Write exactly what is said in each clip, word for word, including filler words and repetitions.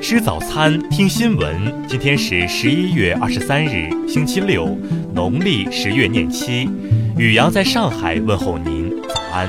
吃早餐，听新闻。今天是十一月二十三日，星期六，农历十月廿七。宇阳在上海问候您，早安。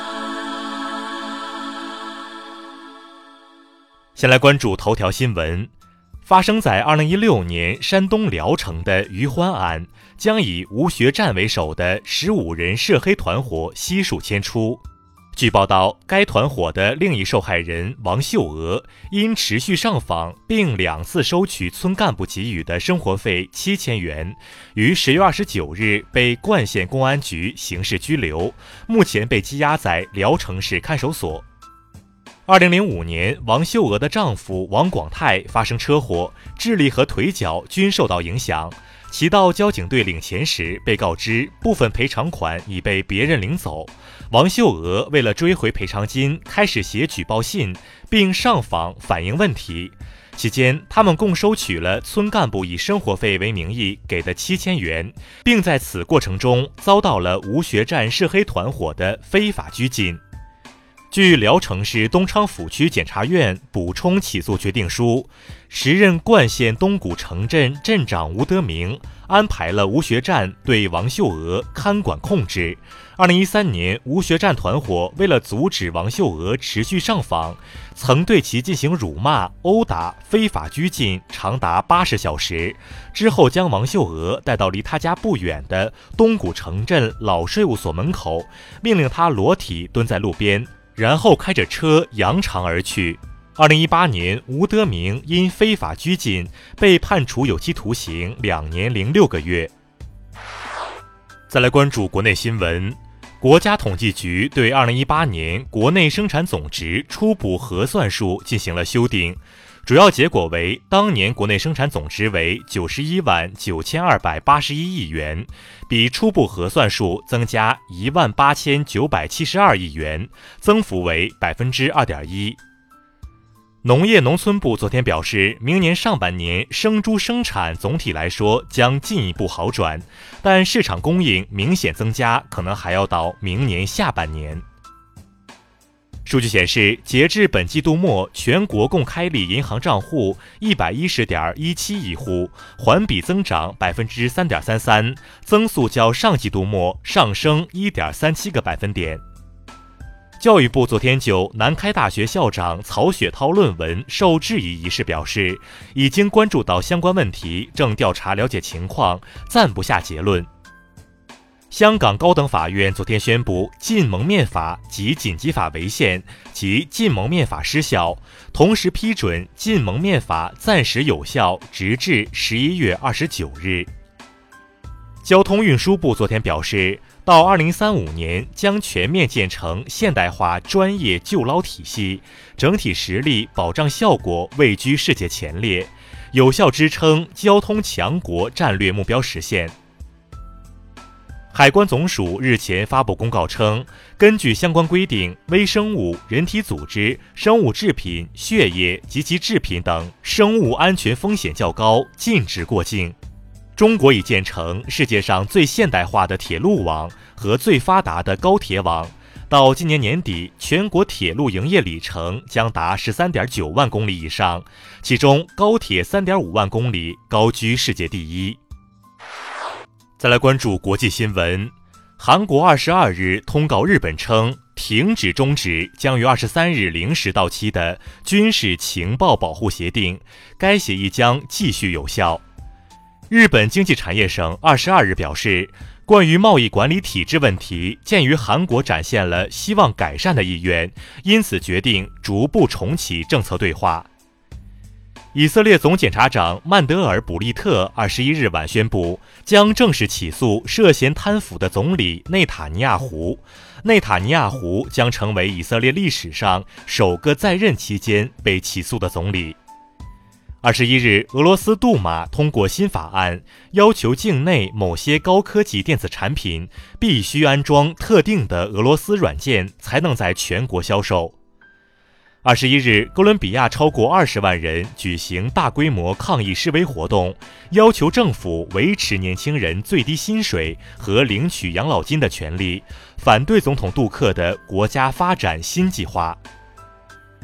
先来关注头条新闻。发生在二零一六年山东聊城的余欢案，将以吴学占为首的十五人涉黑团伙悉数迁出。据报道，该团伙的另一受害人王秀娥因持续上访并两次收取村干部给予的生活费七千元，于十月二十九日被冠县公安局刑事拘留，目前被羁押在聊城市看守所。二零零五年，王秀娥的丈夫王广泰发生车祸，智力和腿脚均受到影响。其到交警队领钱时，被告知部分赔偿款已被别人领走。王秀娥为了追回赔偿金，开始写举报信，并上访反映问题。期间，他们共收取了村干部以生活费为名义给的七千元，并在此过程中遭到了吴学占涉黑团伙的非法拘禁。据聊城市东昌府区检察院补充起诉决定书，时任冠县东谷城镇镇长吴德明安排了吴学占对王秀娥看管控制。二零一三年，吴学占团伙为了阻止王秀娥持续上访，曾对其进行辱骂、殴打、非法拘禁长达八十小时，之后将王秀娥带到离他家不远的东谷城镇老税务所门口，命令他裸体蹲在路边，然后开着车扬长而去。二零一八年，吴德明因非法拘禁被判处有期徒刑两年零六个月。再来关注国内新闻。国家统计局对二零一八年国内生产总值初步核算数进行了修订，主要结果为当年国内生产总值为九十一万九千二百八十一亿元，比初步核算数增加一万八千九百七十二亿元，增幅为百分之二点一。农业农村部昨天表示，明年上半年生猪生产总体来说将进一步好转，但市场供应明显增加可能还要到明年下半年。数据显示，截至本季度末，全国共开立银行账户一百一十点一七亿户，环比增长百分之三点三三，增速较上季度末上升一点三七个百分点。教育部昨天就南开大学校长曹雪涛论文受质疑一事表示，已经关注到相关问题，正调查了解情况，暂不下结论。香港高等法院昨天宣布，禁蒙面法及紧急法违宪及禁蒙面法失效，同时批准禁蒙面法暂时有效，直至十一月二十九日。交通运输部昨天表示，到二零三五年将全面建成现代化专业救捞体系，整体实力保障效果位居世界前列，有效支撑交通强国战略目标实现。海关总署日前发布公告称，根据相关规定，微生物、人体组织、生物制品、血液及其制品等生物安全风险较高，禁止过境。中国已建成世界上最现代化的铁路网和最发达的高铁网，到今年年底，全国铁路营业里程将达 十三点九万公里以上，其中高铁 三点五万公里高居世界第一。再来关注国际新闻。韩国二十二日通告日本称，停止终止将于二十三日零时到期的军事情报保护协定，该协议将继续有效。日本经济产业省二十二日表示，关于贸易管理体制问题，鉴于韩国展现了希望改善的意愿，因此决定逐步重启政策对话。以色列总检察长曼德尔·卜利特二十一日晚宣布，将正式起诉涉嫌贪腐的总理内塔尼亚胡。内塔尼亚胡将成为以色列历史上首个在任期间被起诉的总理。二十一日，俄罗斯杜马通过新法案，要求境内某些高科技电子产品必须安装特定的俄罗斯软件，才能在全国销售。二十一日，哥伦比亚超过二十万人举行大规模抗议示威活动，要求政府维持年轻人最低薪水和领取养老金的权利，反对总统杜克的国家发展新计划。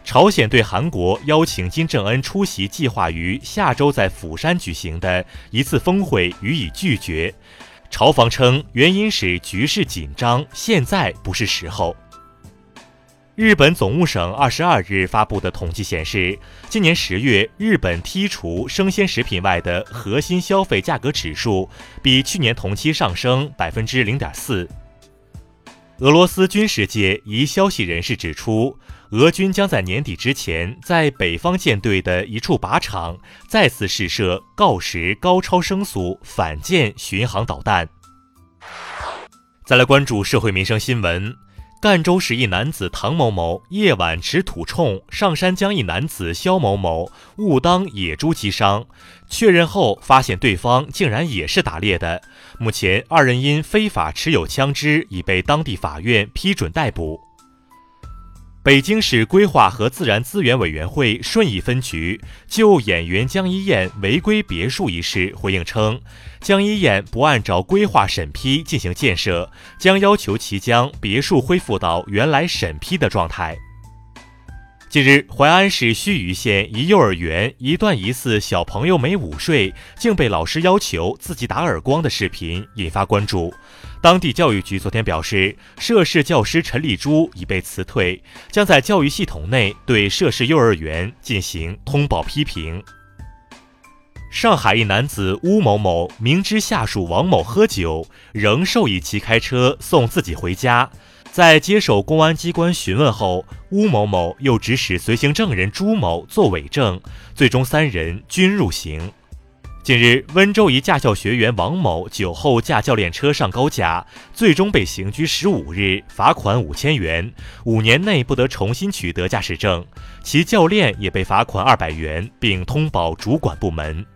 朝鲜对韩国邀请金正恩出席计划于下周在釜山举行的一次峰会予以拒绝。朝方称原因是局势紧张，现在不是时候。日本总务省二十二日发布的统计显示，今年十月，日本剔除生鲜食品外的核心消费价格指数比去年同期上升百分之零点四。俄罗斯军事界一消息人士指出，俄军将在年底之前在北方舰队的一处靶场再次试射锆石高超声速反舰巡航导弹。再来关注社会民生新闻。赣州市一男子唐某某夜晚持土铳上山将一男子肖某某误当野猪击伤，确认后发现对方竟然也是打猎的。目前二人因非法持有枪支已被当地法院批准逮捕。北京市规划和自然资源委员会顺义分局就演员江一燕违规别墅一事回应称，江一燕不按照规划审批进行建设，将要求其将别墅恢复到原来审批的状态。近日，淮安市盱眙县一幼儿园一段疑似小朋友没午睡，竟被老师要求自己打耳光的视频引发关注。当地教育局昨天表示，涉事教师陈丽珠已被辞退，将在教育系统内对涉事幼儿园进行通报批评。上海一男子邬某某明知下属王某喝酒，仍授意其开车送自己回家。在接受公安机关询问后，邬某某又指使随行证人朱某作伪证，最终三人均入刑。近日，温州一驾校学员王某酒后驾教练车上高架，最终被刑拘十五日，罚款五千元，五年内不得重新取得驾驶证。其教练也被罚款二百元，并通报主管部门。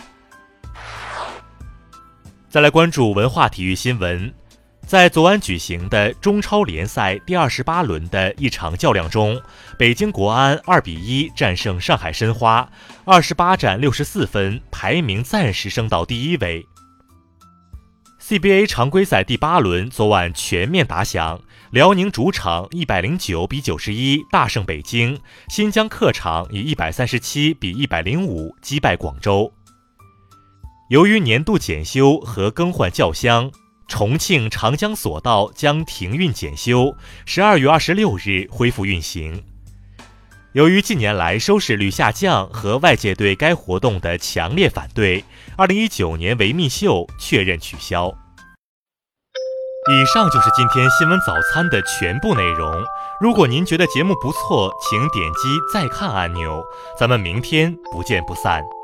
再来关注文化体育新闻。在昨晚举行的中超联赛第二十八轮的一场较量中，北京国安二比一战胜上海申花，二十八战六十四分，排名暂时升到第一位。C B A 常规赛第八轮昨晚全面打响，辽宁主场一百零九比九十一大胜北京，新疆客场以一百三十七比一百零五击败广州。由于年度检修和更换轿厢，重庆长江索道将停运检修，十二月二十六日恢复运行。由于近年来收视率下降和外界对该活动的强烈反对，二零一九年维密秀确认取消。以上就是今天新闻早餐的全部内容。如果您觉得节目不错，请点击再看按钮。咱们明天不见不散。